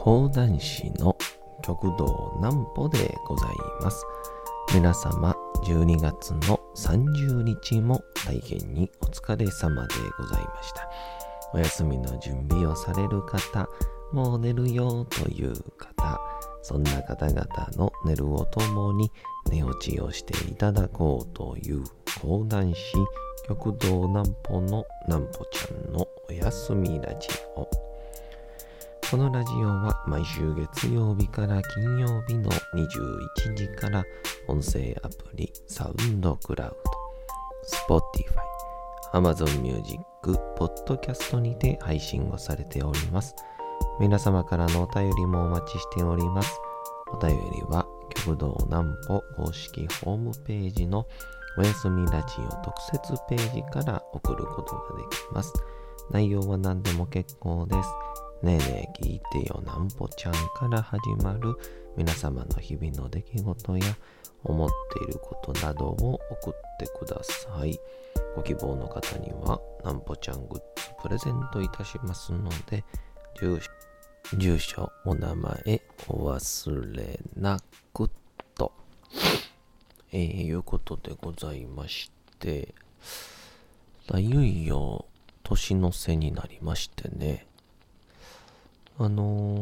講談師の極道南歩でございます。皆様12月の30日も大変にお疲れ様でございました。お休みの準備をされる方、もう寝るよという方、そんな方々の寝るをともに寝落ちをしていただこうという講談師極道南歩の南歩ちゃんのおやすみラジオ。このラジオは毎週月曜日から金曜日の21時から音声アプリサウンドクラウド、Spotify、Amazon Music、Podcast にて配信をされております。皆様からのお便りもお待ちしております。お便りは極道南歩公式ホームページのおやすみラジオ特設ページから送ることができます。内容は何でも結構です。ねえねえ聞いてよ南歩ちゃんから始まる皆様の日々の出来事や思っていることなどを送ってください。ご希望の方には南歩ちゃんグッズプレゼントいたしますので、住所、お名前お忘れなくと、いうことでございまして、いよいよ年の瀬になりましてね、昨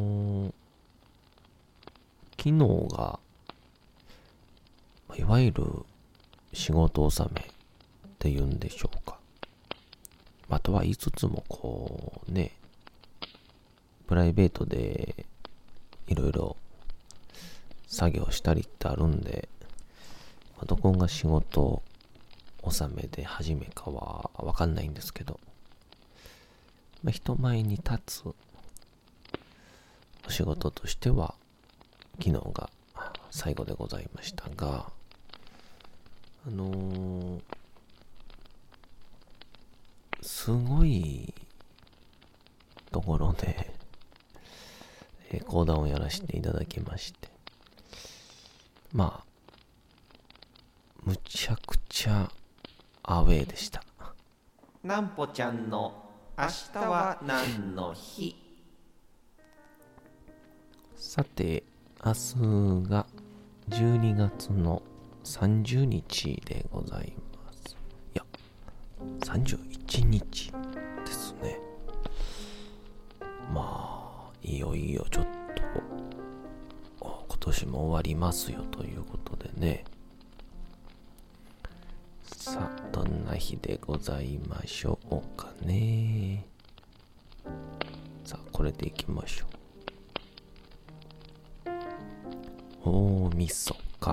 日がいわゆる仕事納めっていうんでしょうか。とは言いつつもこうね、プライベートでいろいろ作業したりってあるんで、どこが仕事納めで初めかはわかんないんですけど、人前に立つお仕事としては昨日が最後でございましたが、すごいところで、講談をやらせていただきまして、むちゃくちゃアウェーでした。南歩ちゃんの明日は何の日。さて、明日が12月の30日でございます。いや、31日ですね。いよいよちょっと今年も終わりますよということでね。さあ、どんな日でございましょうかね。さあ、これでいきましょう。大晦日、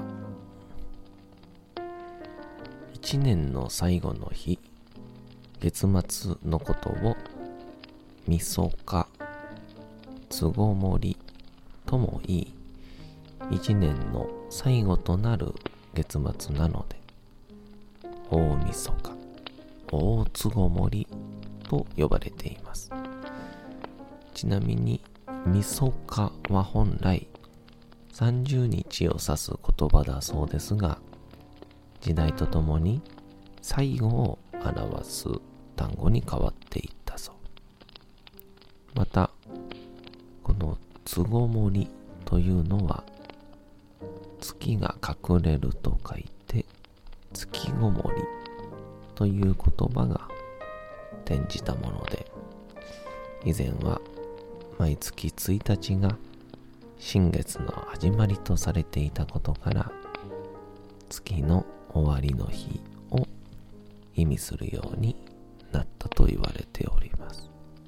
一年の最後の日、月末のことを晦日、つごもりとも言い、一年の最後となる月末なので、大晦日、大つごもりと呼ばれています。ちなみに晦日は本来30日を指す言葉だそうですが、時代とともに最後を表す単語に変わっていったそう。またこのつごもりというのは、月が隠れると書いて月ごもりという言葉が転じたもので、以前は毎月1日が新月の始まりとされていたことから、月の終わりの日を意味するようになったと言われております。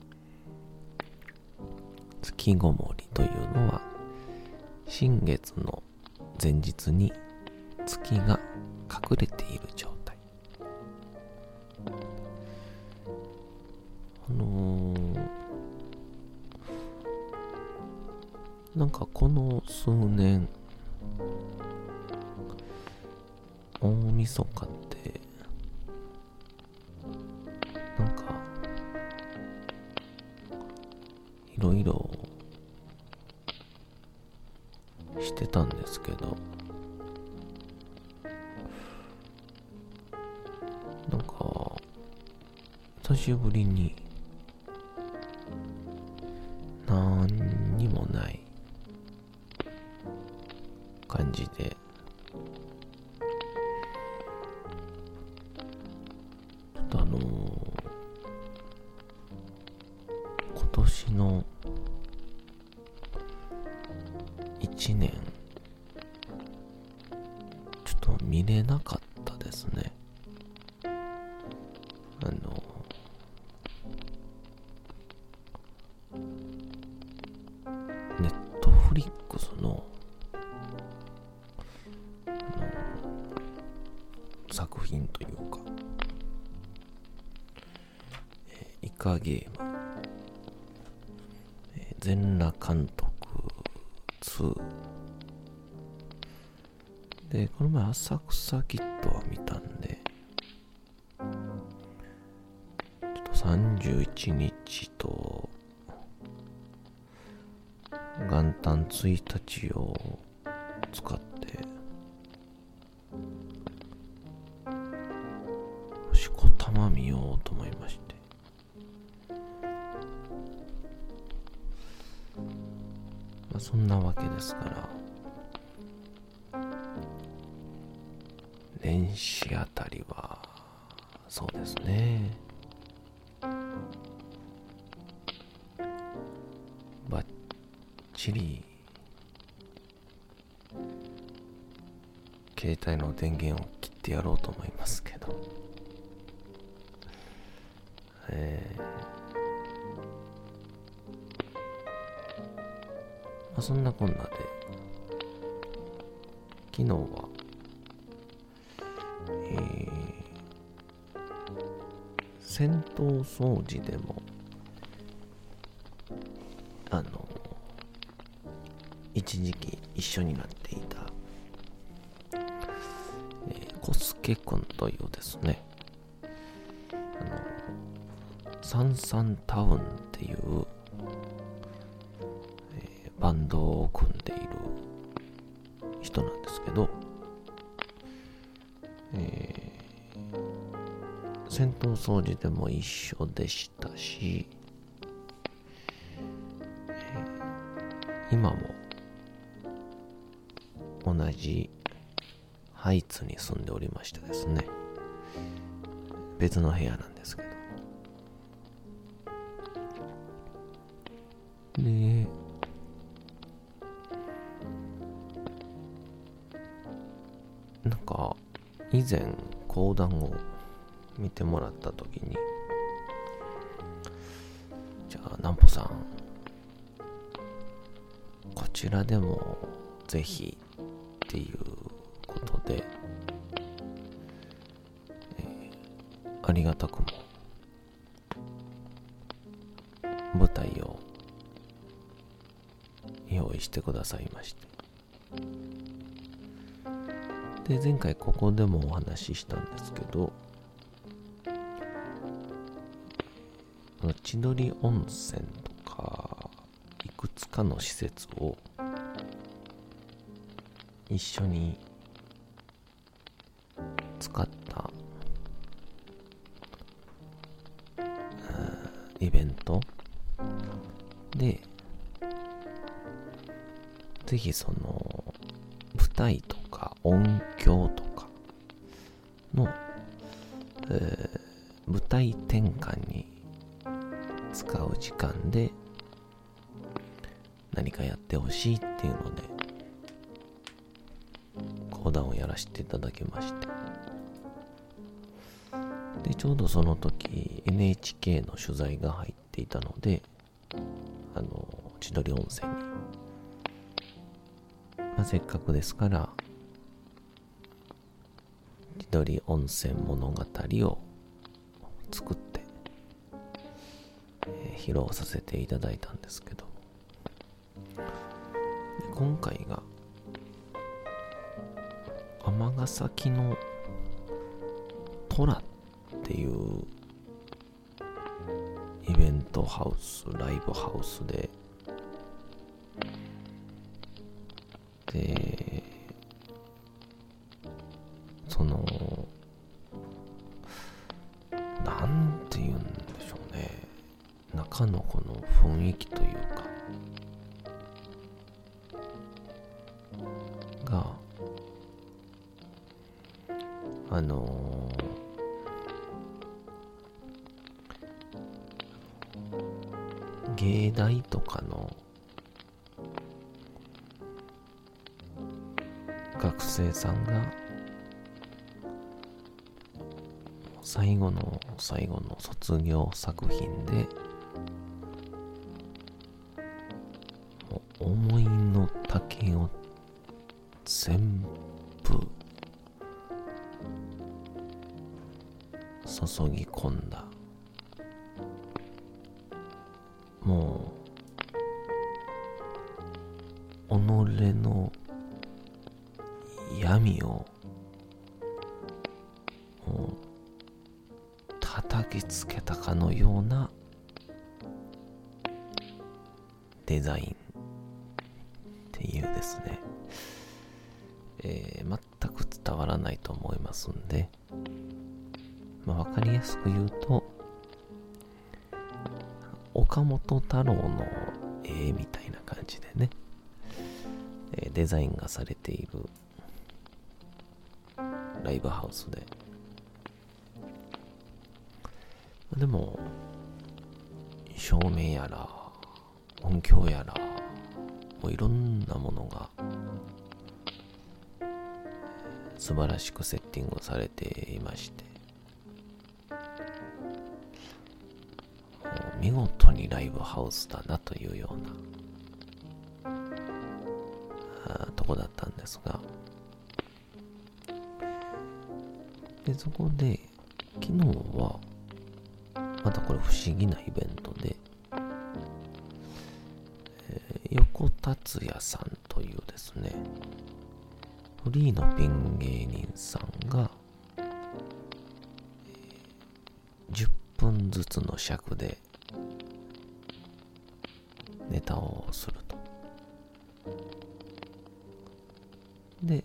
月ごもりというのは、新月の前日に月が隠れている状態。なんかこの数年、大晦日ってなんかいろいろしてたんですけど、なんか久しぶりに何にもない感じで、ちょっと今年の1年ちょっと見れなかったですね。ネットフリックスの作品というか、イカゲーム、全裸監督2で、この前浅草キッドは見たんで、ちょっと31日と元旦1日を使ってしこたま見ようと思いまして、そんなわけですから、年始あたりはそうですね、バッチリ携帯の電源を切ってやろうと思いますけど、そんなこんなで昨日は、銭湯掃除でも一時期一緒になっていた、コスケくんというですね、サンサンタウンっていう、バンドを組んでいる人なんですけど、銭湯掃除でも一緒でしたし、今も同じハイツに住んでおりましてですね、別の部屋なんですけど、でなんか以前講談を見てもらったときに、じゃあ南穂さんこちらでもぜひっていうことで、ありがたくも舞台を用意してくださいまして、で前回ここでもお話ししたんですけど、千鳥温泉とかいくつかの施設を一緒に使ったイベントで、ぜひその舞台とか音響とかの、舞台転換に使う時間で何かやってほしいっていうので講談をやらせていただきまして、でちょうどその時 NHK の取材が入っていたので、千鳥温泉に、せっかくですから千鳥温泉物語を作って披露させていただいたんですけど、今回が尼崎のトラっていうイベントハウス、ライブハウスで、そのなんて言うんでしょうね、中のこの雰囲気というかが芸大とかの学生さんが最後の最後の卒業作品でもう思いの丈を全部注ぎ込んだ、もう己の闇をもう叩きつけたかのようなデザインっていうですね、全く伝わらないと思いますんで、わかりやすく言うと岡本太郎の絵みたいな感じでね、デザインがされているライブハウスで、でも照明やら音響やらもういろんなものが素晴らしくセッティングされていまして、見事にライブハウスだなというようなとこだったんですが、でそこで昨日はまたこれ不思議なイベントで、横達也さんというですねフリーのピン芸人さんが、10分ずつの尺でネタをすると。で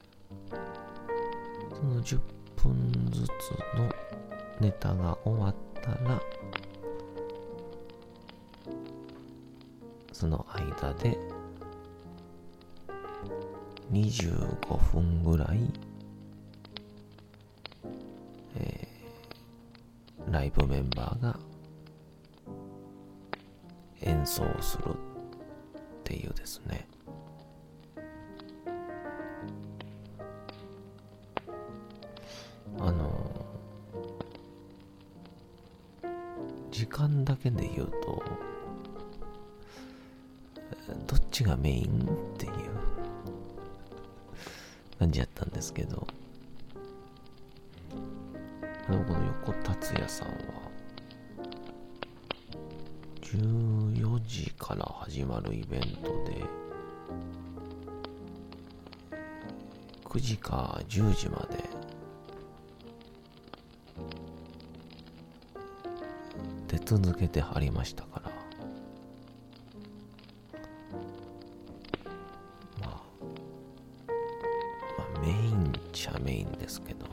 その10分ずつのネタが終わったら、その間で25分ぐらい、ライブメンバーが演奏するっていうですね、時間だけで言うとどっちがメインっていう感じやったんですけど、この横達也さんは14時から始まるイベントで9時か10時まで出続けてはりましたから、メインっちゃメインですけど、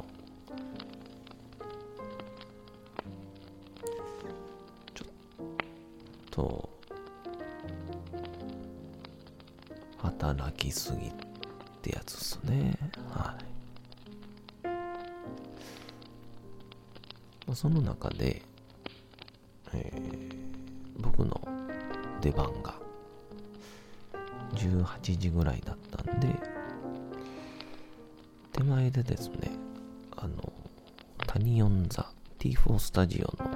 ちょっと働きすぎってやつっすね。はい。その中で、僕の出番が18時ぐらいだったんで、手前でですね、タニオンザ T4 スタジオの、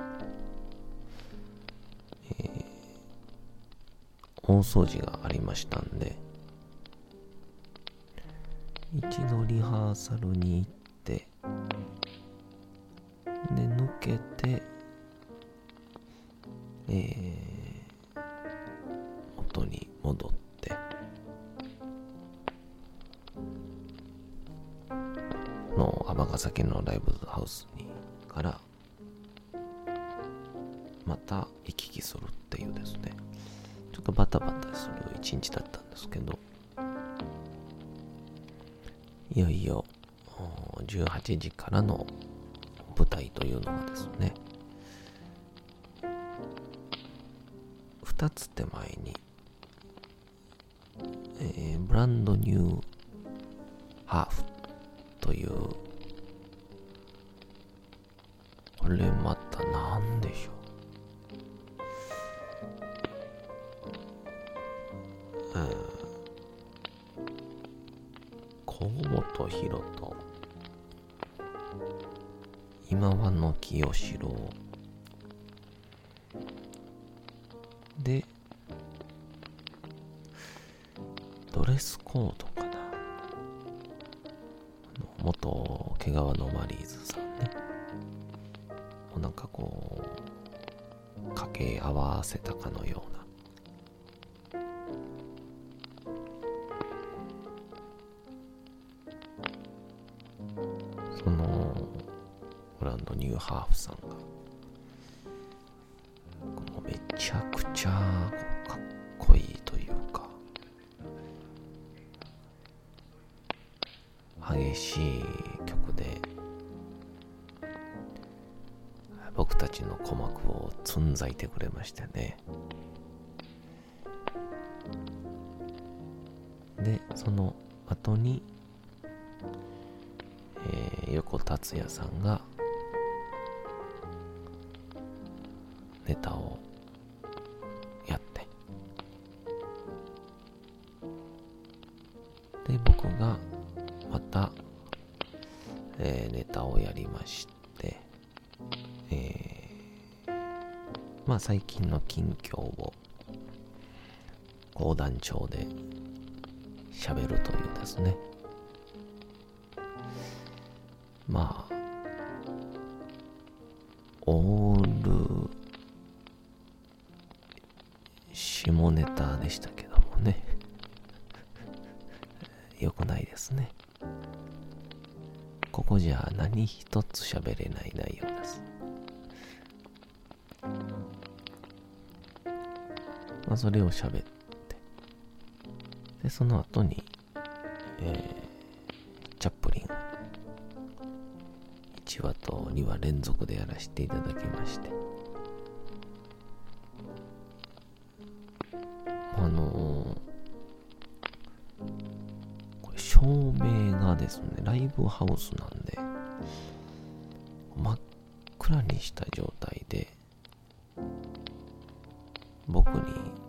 大掃除がありましたんで、一度リハーサルに行って、で抜けて、元に戻っての尼崎のライブハウスにからまた行き来するっていうですね、ちょっとバタバタする一日だったんですけど、いよいよ18時からの舞台というのがですね、2つ手前に、ブランドニューハーフというれまたなんでしょ河本大と今和の清志郎でドレスコードかな、元毛皮のマリーズさんね、なんかこう掛け合わせたかのような、そのブランドニューハーフさんがめちゃくちゃかっこいいというか、激しい曲で僕たちの鼓膜をつんざいてくれましたね。でその後に、横達也さんがネタをやって、で僕がまた、ネタをやりまして、まあ最近の近況を講談調で喋るというですね、まあオール下ネタでしたけどもねよくないですね。ここじゃ何一つ喋れない内容です。まあそれを喋って、でその後に、チャップリン1話と2話連続でやらせていただきまして、これ照明がですね、ライブハウスなんで真っ暗にした状態で僕に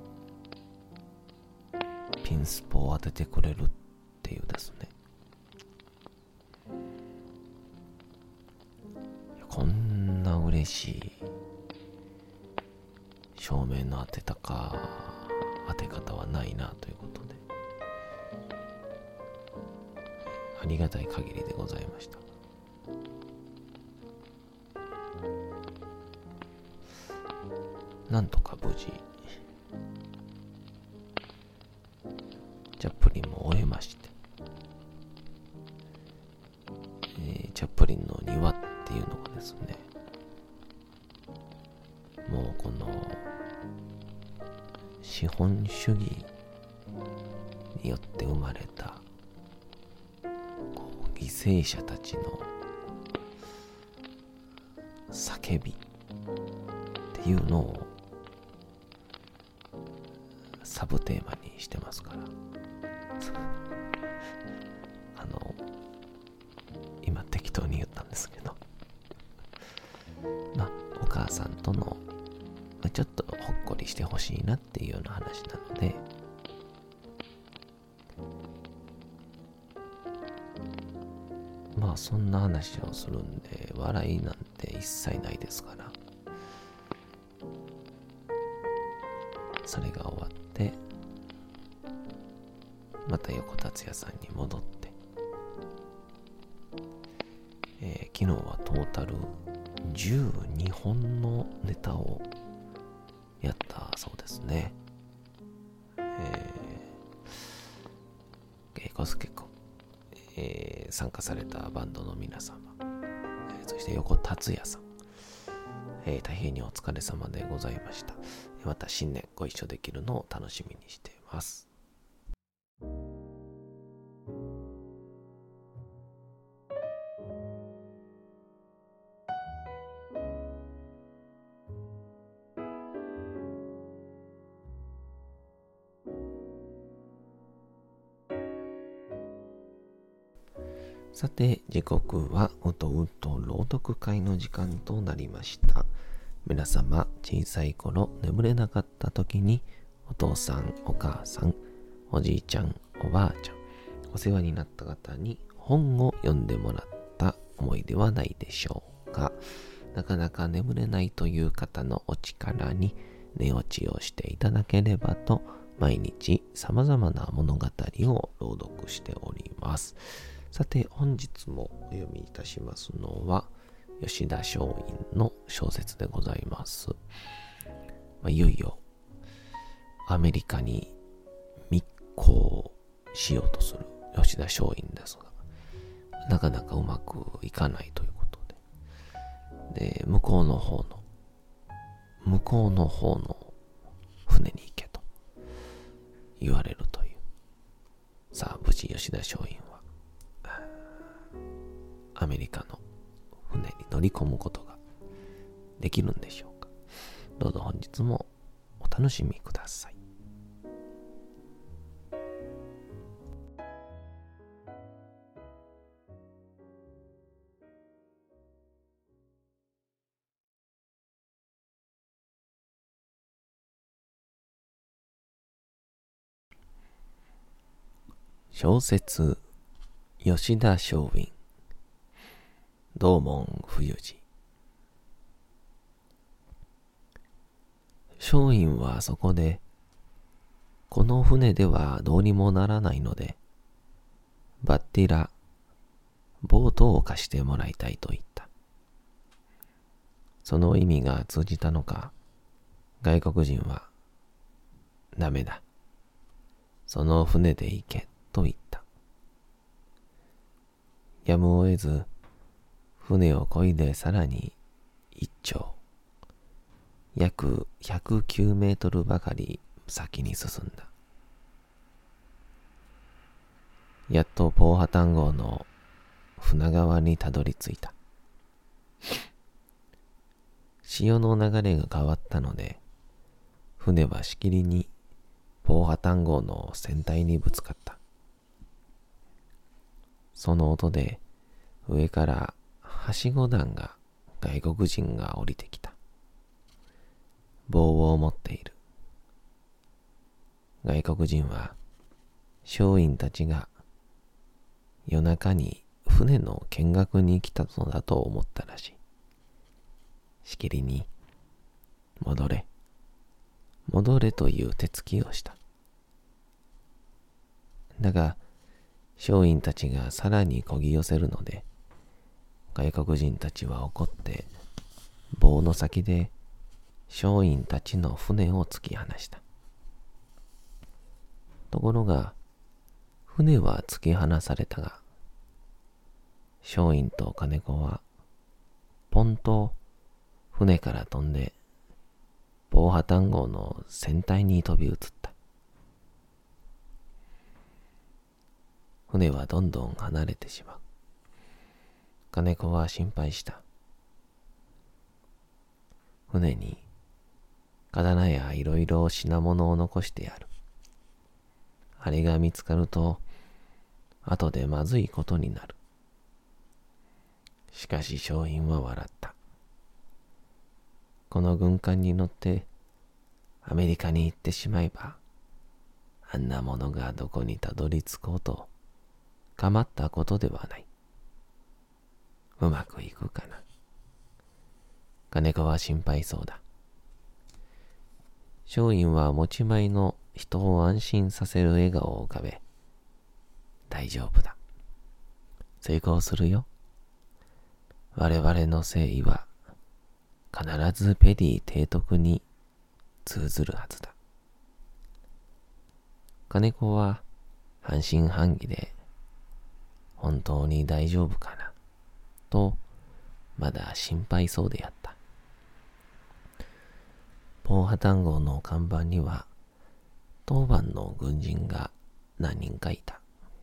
ピンスポを当ててくれるっていうですね、こんな嬉しい照明の当て方はないなということで、ありがたい限りでございました。なんとか無事チャップリンも終えまして、チャップリンの庭っていうのがですね、もうこの資本主義によって生まれた犠牲者たちの叫びっていうのをサブテーマにしてますから今適当に言ったんですけど、まあお母さんとのちょっとほっこりしてほしいなっていうような話なので、まあそんな話をするんで笑いなんて一切ないですから、それが終わってまた横達也さんに戻って、昨日はトータル12本のネタをやったそうですね。結構、参加されたバンドの皆様、そして横達也さん、大変にお疲れ様でございました。また新年ご一緒できるのを楽しみにしています。 さて、時刻はうとうと朗読会の時間となりました。皆様、小さい頃眠れなかった時に、お父さん、お母さん、おじいちゃん、おばあちゃん、お世話になった方に本を読んでもらった思いではないでしょうか。なかなか眠れないという方のお力に寝落ちをしていただければと、毎日様々な物語を朗読しております。さて、本日もお読みいたしますのは、吉田松陰の小説でございます。いよいよ、アメリカに密航しようとする吉田松陰ですが、なかなかうまくいかないということで、で、向こうの方の船に行けと言われるという。さあ、無事吉田松陰はアメリカの船に乗り込むことができるんでしょうか。どうぞ本日もお楽しみください。小説吉田松陰道門冬治。松陰はそこで、この船ではどうにもならないので、バッティラ、ボートを貸してもらいたいと言った。その意味が通じたのか、外国人は、ダメだ。その船で行けと言った。やむを得ず、船を漕いでさらに一丁、約109メートルばかり先に進んだ。やっとポーハタン号の船側にたどり着いた。潮の流れが変わったので、船はしきりにポーハタン号の船体にぶつかった。その音で上からはしご団が外国人が降りてきた。棒を持っている。外国人は松陰たちが夜中に船の見学に来たのだと思ったらしい。しきりに戻れ、戻れという手つきをした。だが松陰たちがさらに漕ぎ寄せるので、外国人たちは怒って棒の先で松陰たちの船を突き放した。ところが、船は突き放されたが、松陰と金子は、ポンと船から飛んで、ポーハタン号の船体に飛び移った。船はどんどん離れてしまう。金子は心配した。船に刀やいろいろ品物を残してやる。あれが見つかると、後でまずいことになる。しかし松陰は笑った。この軍艦に乗ってアメリカに行ってしまえば、あんなものがどこにたどり着こうと構ったことではない。うまくいくかな。金子は心配そうだ。松陰は持ち前の人を安心させる笑顔を浮かべ、大丈夫だ。成功するよ。我々の誠意は必ずペリー提督に通ずるはずだ。金子は半信半疑で、本当に大丈夫かなとまだ心配そうであった。ポーハタン号の看板には当番の軍人が何人かいた。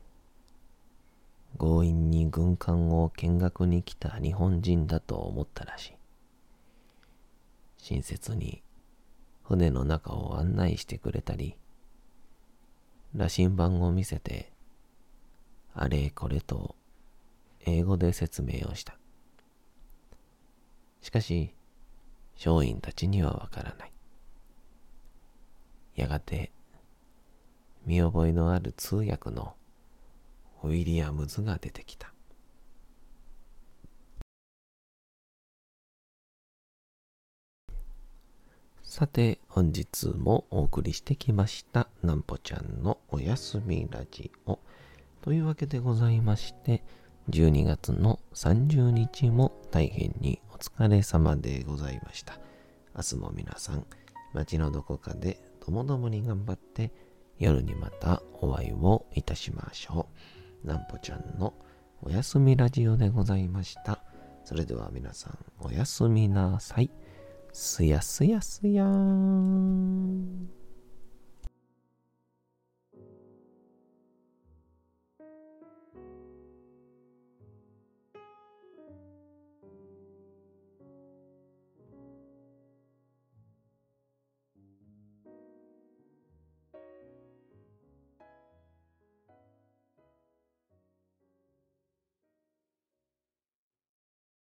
強引に軍艦を見学に来た日本人だと思ったらしい。親切に船の中を案内してくれたり、羅針盤を見せて、あれこれと英語で説明をした。しかし、商員たちにはわからない。やがて、見覚えのある通訳のウィリアムズが出てきた。さて、本日もお送りしてきましたなんぽちゃんのおやすみラジオというわけでございまして、12月の30日も大変にお疲れ様でございました。明日も皆さん、街のどこかでともどもに頑張って、夜にまたお会いをいたしましょう。なんぽちゃんのおやすみラジオでございました。それでは皆さん、おやすみなさい。すやすやすやーん。